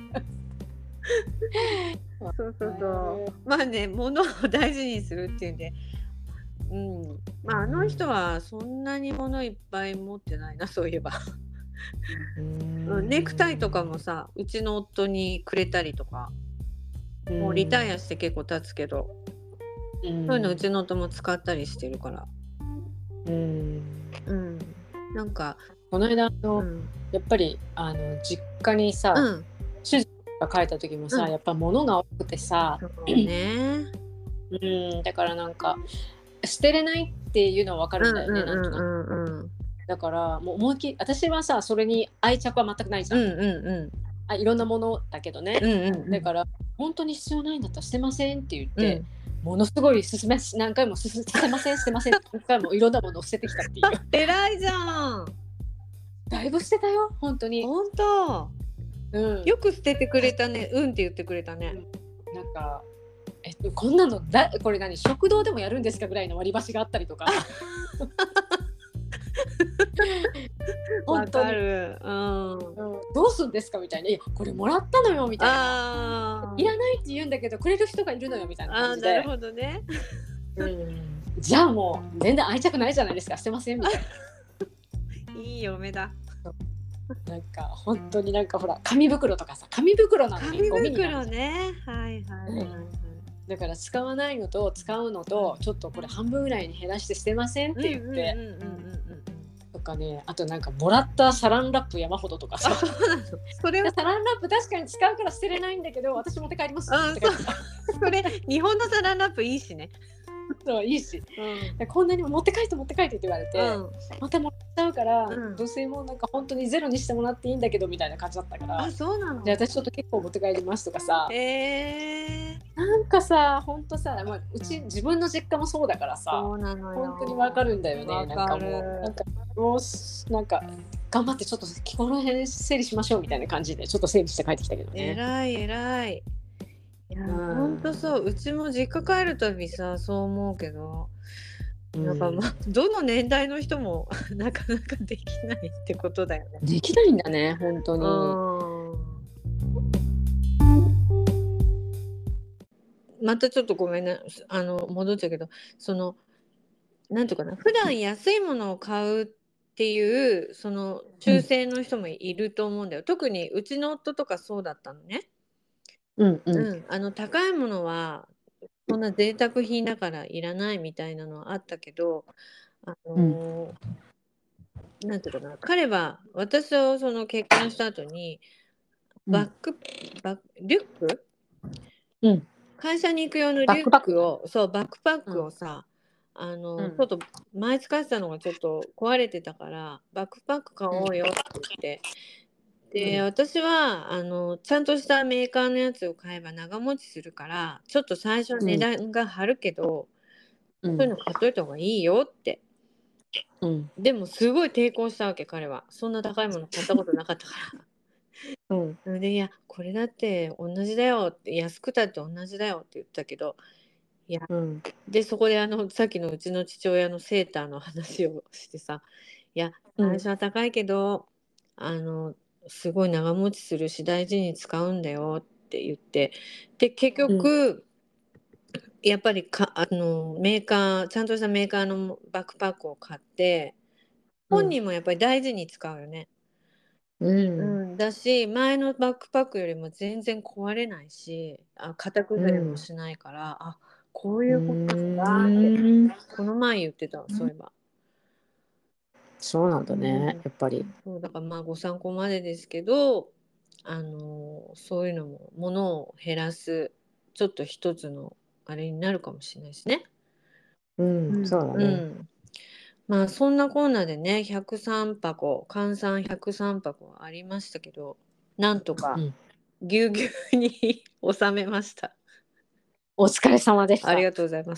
そうそうそうまあね、物を大事にするっていうんで、うんまああの人はそんなに物いっぱい持ってないな、そういえばうん、ネクタイとかもさ、うちの夫にくれたりとか、もうリタイアして結構経つけど、 うん、 そういうのうちの夫も使ったりしてるから、 うんうん、なんかこの間の、 うん、 やっぱりあの実家にさ、 うん、 主人が帰った時もさ、 うんやっぱ物が多くてさ、 そうね、 うんだからなんか捨てれないっていうのは分かるんだよね、なんとなく。 うんうんだからもう思いっきり私はさそれに愛着は全くないじゃん、 うんうんあいろんなものだけどね、 うんうんだから本当に必要ないんだったら捨てませんって言って、 うんものすごい進め何回もすす捨てません捨てませんって何回もいろんなものを捨ててきたっていう偉いじゃん。 だいぶ捨てたよ本当に、 本当うん、 よく捨ててくれたね。うんって言ってくれたね。 なんかえこんなのだこれ何食堂でもやるんですかぐらいの割り箸があったりとかわ本当に、 かる、うん、 うん、どうすんですかみたいな、いやこれもらったのよみたいな、 あいらないって言うんだけどくれる人がいるのよみたいなあ感じで、 なるほどね。 うんじゃあもう全然愛着ないじゃないですか捨てませんみたいいい嫁だ。 ななんか本当になんかほら紙袋とかさ紙袋なのに紙ゴミになる袋ね。はいはいはい、はいだから使わないのと使うのとちょっとこれ半分ぐらいに減らして捨てませんって言って、 うんうんうんうんうんとかね、あとなんかもらったサランラップ山ほどとかさそれはサランラップ確かに使うから捨てれないんだけど私持って帰りますあって書いてたそれ日本のサランラップいいしね。 そういいしうんこんなにも持って帰って持って帰ってって言われて、 うん、 またもらっちゃうから、 うんどうせもうなんか本当にゼロにしてもらっていいんだけどみたいな感じだったからあそうなの。 で私ちょっと結構持って帰りますとかさ、 えー、 なんかさ本当さ、まあ、うち自分の実家もそうだからさそうなのよ。 本当にわかるんだよね。 わなんかかるもうなんかもうなんか頑張ってちょっとこの辺整理しましょうみたいな感じでちょっと整理して帰ってきたけどね。 えらいえらい。いやうんほんとそう、うちも実家帰るたびさそう思うけど、なんかまあどの年代の人もなかなかできないってことだよね。 できないんだね本当に。 またちょっとごめんね、あの戻っちゃうけど、そのなんていうかな、普段安いものを買うっていうその中性の人もいると思うんだよ、うん、特にうちの夫とかそうだったのね。 うんうんうん、あの高いものはそんな贅沢品だからいらないみたいなのはあったけど、あのーなんていうかな、彼は私とその結婚した後にバック、バッリュック、 うん、 会社に行く用のリュッバックパッククを、そうバックパックをさ、あのうんちょっと前使ってたのがちょっと壊れてたからバックパック買おうよって言って、で、 うん私はあのちゃんとしたメーカーのやつを買えば長持ちするからちょっと最初は値段が張るけど、 うんそういうの買っといた方がいいよって。 うんでもすごい抵抗したわけ、彼は。そんな高いもの買ったことなかったからうんそれで、いやこれだって同じだよって、安くたって同じだよって言ったけど、いやうんでそこであのさっきのうちの父親のセーターの話をしてさ、いや最初は高いけど、あのすごい長持ちするし大事に使うんだよって言って、で結局、やっぱりかあのメーカーちゃんとしたメーカーのバックパックを買って、本人もやっぱり大事に使うよね。 ううんん、だし前のバックパックよりも全然壊れないし、あ型崩れもしないから、あこういうことなんだってうんこの前言ってたわ、そういえば。 そうなんだね、 うんやっぱり。 そうだからまあご参考までですけど、あのそういうのも物を減らすちょっと一つのあれになるかもしれないですね。 うん、そうだうね。 ん、まあそんなコーナーでねひゃくさんぱこ換算ひゃくさんぱこありましたけど、なんとかうんぎゅうぎゅうに収めました。 お疲れ様でした。 ありがとうございます。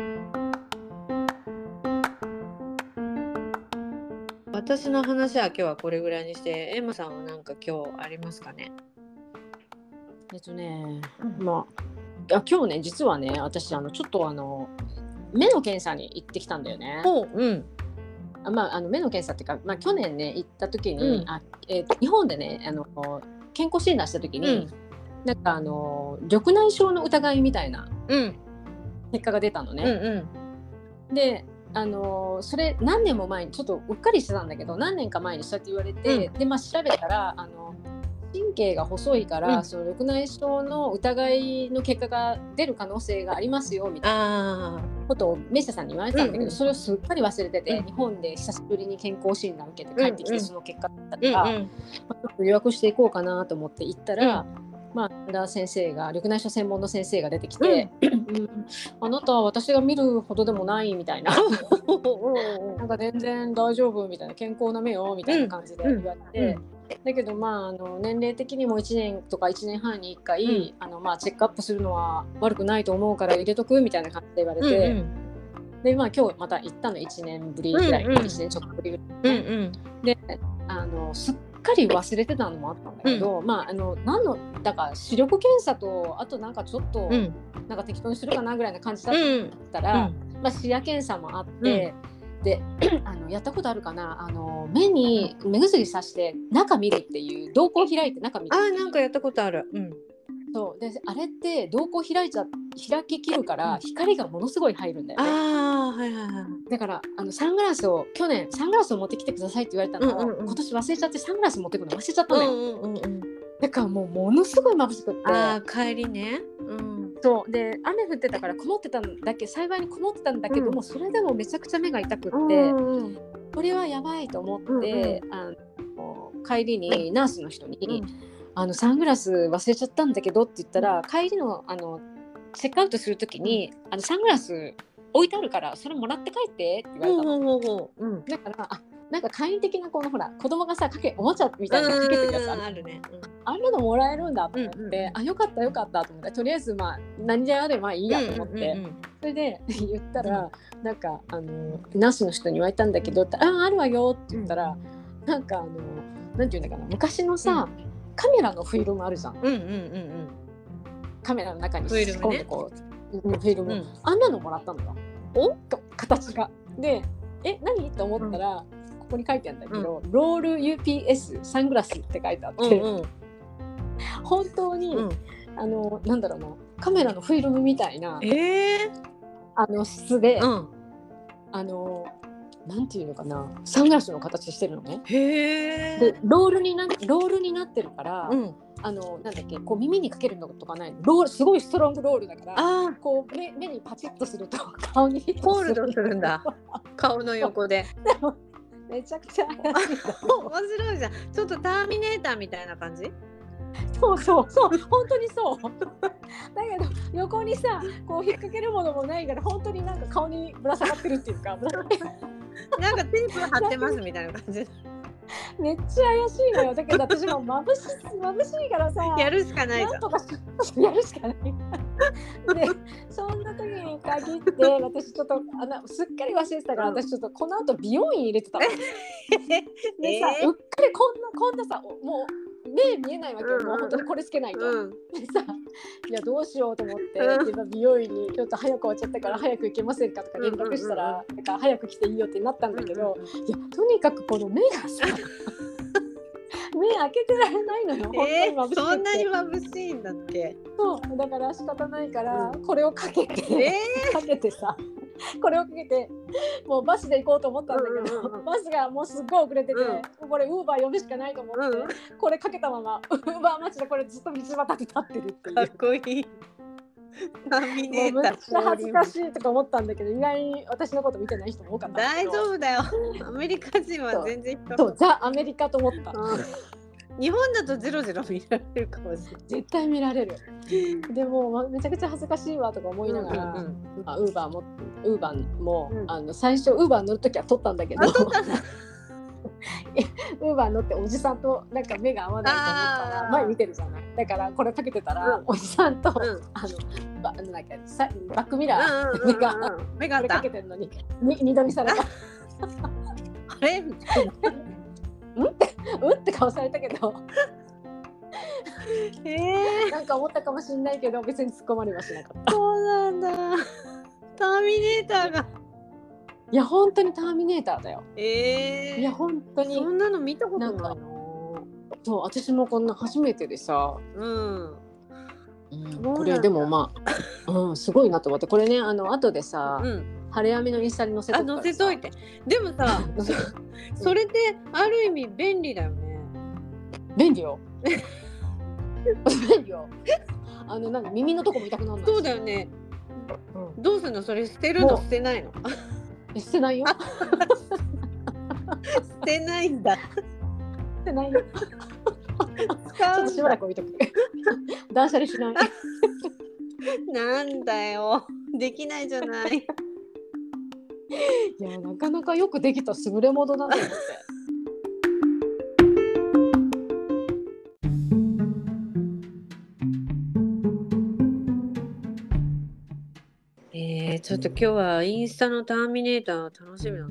私の話は今日はこれぐらいにして、エマさんは何か今日ありますかね。 えっとね、 うんまあ、あ今日ね実はね私あのちょっとあの目の検査に行ってきたんだよね。 おう、うん、 あまあ、あの目の検査っていうか、まあ、去年ね行った時に、 うんあえーと日本でねあの健康診断した時に、 うんなんかあの緑内障の疑いみたいなうん結果が出たのうんね。であのそれ何年も前にちょっとうっかりしてたんだけど、何年か前にそうやって言われて、 うんで、まあ、調べたらあの神経が細いから、 うん、 その緑内障の疑いの結果が出る可能性がありますよみたいなあことをメッシャさんに言われてたんだけど、 うんうんそれをすっかり忘れてて、 うん日本で久しぶりに健康診断を受けて帰ってきて、 うんうんその結果だったうんから、 うんまあちょっと予約していこうかなと思って行ったら、 うまあ、田田先生が緑内障専門の先生が出てきて、うんあなたは私が見るほどでもないみたいななんか全然大丈夫みたいな、健康な目よみたいな感じで言われて、 うんうんだけど、まあ、あの年齢的にもいちねんとかいちねんはんにいっかい、 うんあのまあ、チェックアップするのは悪くないと思うから入れとくみたいな感じで言われて、 うんで、まあ、今日また行ったのいちねんぶりぐらい、 うんうんいちねんちょっとぶりぐらい、 うんうんであのすっかり忘れてたのもあったんだけど、まあ、あの何のだから視力検査とあとなんかちょっと、 うんなんか適当にするかなぐらいな感じだっうんたら、まあ、視野検査もあって、であのやったことあるかな、あの目に目薬さして中見るっていう、瞳孔開いて中見る。 あーなんかやったことある。うんそうであれって瞳孔開いちゃ開ききるから光がものすごい入るんだよね。 ああはいはいはいだからあのサングラスを去年サングラスを持ってきてくださいって言われたのを、 うんうんうん今年忘れちゃってサングラス持ってくの忘れちゃったのよ。 うんうんうんうんだからもうものすごい眩しくって。 あー帰りね。うんそうで雨降ってたから曇ってたんだけ幸いに曇ってたんだけども、 うん、 それでもめちゃくちゃ目が痛くって、 うんうんこれはやばいと思って、 うんうんあの帰りにナースの人に、 うんあのサングラス忘れちゃったんだけどって言ったら、帰りのあのチェックアウトするときに、あのサングラス置いてあるからそれもらって帰ってって言われたの。 ほうほうほううんだからあなんか簡易的なこのほら子供がさかけおもちゃみたいなのかけてるやつあるあるね。 あんなのもらえるんだと思って、 うんうんあよかったよかったと思って、とりあえずまあ何であればいいやと思って、 うんうんうんそれで言ったら、なんかあのナースの人に言われたんだけどってああるわよって言ったら、なんかあのなんていうんだかな、昔のさ、カメラのフィルムあるじゃん、 うんうんうんカメラの中にフィルムね仕込んでこう、うんフィルム、 うんあんなのもらったのよ。 おと形がでえ何と思ったら、ここに書いてあるんだけど、ロール ユーピーエス サングラスって書いてあって、 うんうん本当に、 うんあのなんだろうな、カメラのフィルムみたいなえーあの質で、 うんあのなんていうのかな、サングラスの形してるのね。 へえでロールになロールになってるから、 うんあのなんだっけこう耳にかけるのとかないのロールすごいストロングロールだからあこう 目, 目にパチッとすると顔にヒットするホールドするんだ顔の横でめちゃくちゃ怪しいんだけど面白いじゃん。ちょっとターミネーターみたいな感じ。 そうそうそう本当にそうだけど横にさこう引っ掛けるものもないから本当になんか顔にぶら下がってるっていうかぶら下がってるなんかテープ貼ってますみたいな感じ。 めっちゃ怪しいのよ。だけど私も眩し眩しいからさやるしかないじゃん。 なんとかしやるしかないでそんな時に限って私ちょっとあのすっかり忘れてたから、 うん私ちょっとこの後美容院入れてたのでさ、 えーうっかりこんなこんなさもう目見えないわけよ、 うんうんもう本当にこれつけないと、 うんでさいやどうしようと思って、 うんで美容院にちょっと早く終わっちゃったから早く行けませんかとか連絡したら、 うんうんうんなんか早く来ていいよってなったんだけど、 うんうんいやとにかくこの目がさ目開けてられないのよ、 えー、 本当に眩しくてそんなに眩しいんだって。 そうだから仕方ないからうんこれをかけて、 えかけてさこれをかけてもうバスで行こうと思ったんだけど、 うんうんうんバスがもうすっごい遅れてて、 うこれウーバー呼ぶしかないと思って、 うんこれかけたままウーバー待ちでこれずっと道端で立ってるっていうかっこいい。ターミネもうめっーターちゃ恥ずかしいとか思ったんだけど意外に私のこと見てない人も多かったんだ大けど丈夫だよ。アメリカ人は全然人。 そうザ・アメリカと思った、 うん日本だとジロジロ見られるかもしれない。 絶対見られるでもまめちゃくちゃ恥ずかしいわとか思いながら、 うんうんうんまあ、ウーバーもウーバーも、 うんあの最初ウーバー乗るときは撮ったんだけどあ撮ったんだウーバー乗っておじさんとなんか目が合わないと思ったらあー前見てるじゃないだからこれかけてたら、 うんおじさんと、 んあのばなんかさバックミラー、 うんうん目が、 うんうん目があこれかったけてるのにに二度見されたあれみたいな。 うんって顔されたけどえー、 なんか思ったかもしれないけど別に突っ込まれはしなかったそうなんだ。ターミネーターが。 いや本当にターミネーターだよえー、 いや本当にそんなの見たことないな。 なんそう私もこんな初めてでさ、 うん。 うんそうなんだこれでもまあ、うん、すごいなと思ってこれねあの後でさ、 うん。 晴れ雨のインスタに載せとあ、 くからさ載せといて。でもさ、 載せそそれってある意味便利だよね。 便利よ便利よあのなんか耳のとこも痛くならないしそうだよね。 うんどうすんのそれ捨てるのもう捨てないのえ捨てないよ捨てないんだ。 捨てないよち使うんょっとしばらだ。 く置いとく断捨離しないなんだよ。できないじゃない。 いやなかなかよくできた優れものだなと思ってえー、ちょっと今日はインスタのターミネーター楽しみだな。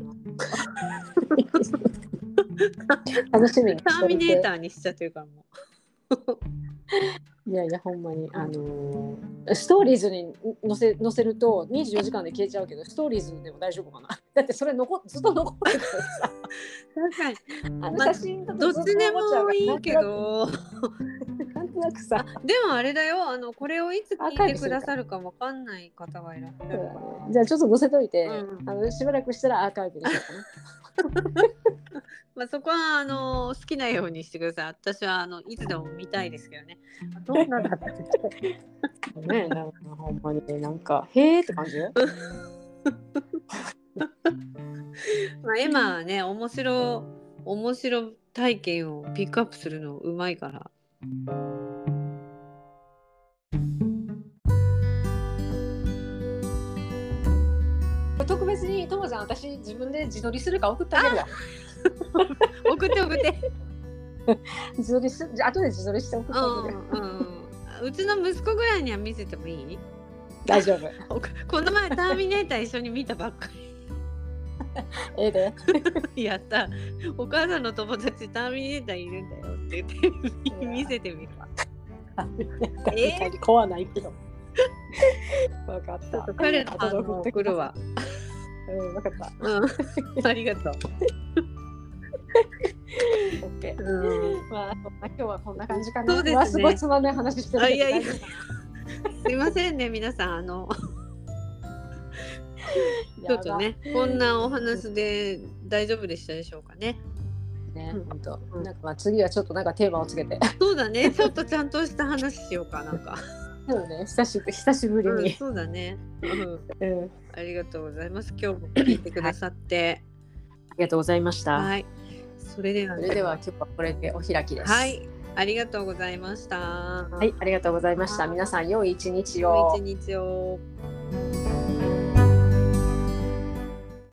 楽しみにしてターミネーターーにしちゃってるからもいやいやほんまにあのー、ストーリーズに載せ載せるとにじゅうよじかんで消えちゃうけどストーリーズでも大丈夫かなだってそれ残ずっと残ってるからさう。確かに。 あのまあ写真とどっちでもいいけど。 なんとなくさでもあれだよ。あのこれをいつ聞いてくださるかわかんない方がいらっしゃるから。 じゃあちょっと載せといて、 うんあのしばらくしたらアーカイブにしようかなまあそこはあの好きなようにしてください。私はあのいつでも見たいですけどね。どんなだったっけねえなんかほんまになんかへーって感じまあエマはね面白面白体験をピックアップするのうまいから。 特別にともちゃん私自分で自撮りするから送ってあげるわ送って送って。 自撮りすじゃあ後で自撮りして送ってあうげる、 んうん。うちの息子ぐらいには見せてもいい？ 大丈夫この前ターミネーター一緒に見たばっかええでり。やった。お母さんの友達ターミネーターいるんだよって言って見せてみるわ。えー怖ないけど分かった彼の反応送るわ。 うん分かったうん。ありがとう。 オッケーうん。 まあそんな今日はこんな感じかなそうですねわあすごいつまんない話してるけどあいやいや大丈夫かすいませんね皆さんあのなちょっとねこんなお話で大丈夫でしたでしょうかね。 ね、 うん、 本当、 うん、 なんかまあ次はちょっとなんかテーマをつけて。 そうだね、ちょっとちゃんとした話しようかなんか。 そうね、久しぶり久しぶりうん、 に。 そうだね。うん、 うん、 ありがとうございます。今日も聞いてくはい、 ださって。 ありがとうございました。 はい。それではね、 それでは今日はこれでお開きです。 はい、ありがとうございました。 はい、ありがとうございました。 は皆さん良い一日い、良いを。 一日を。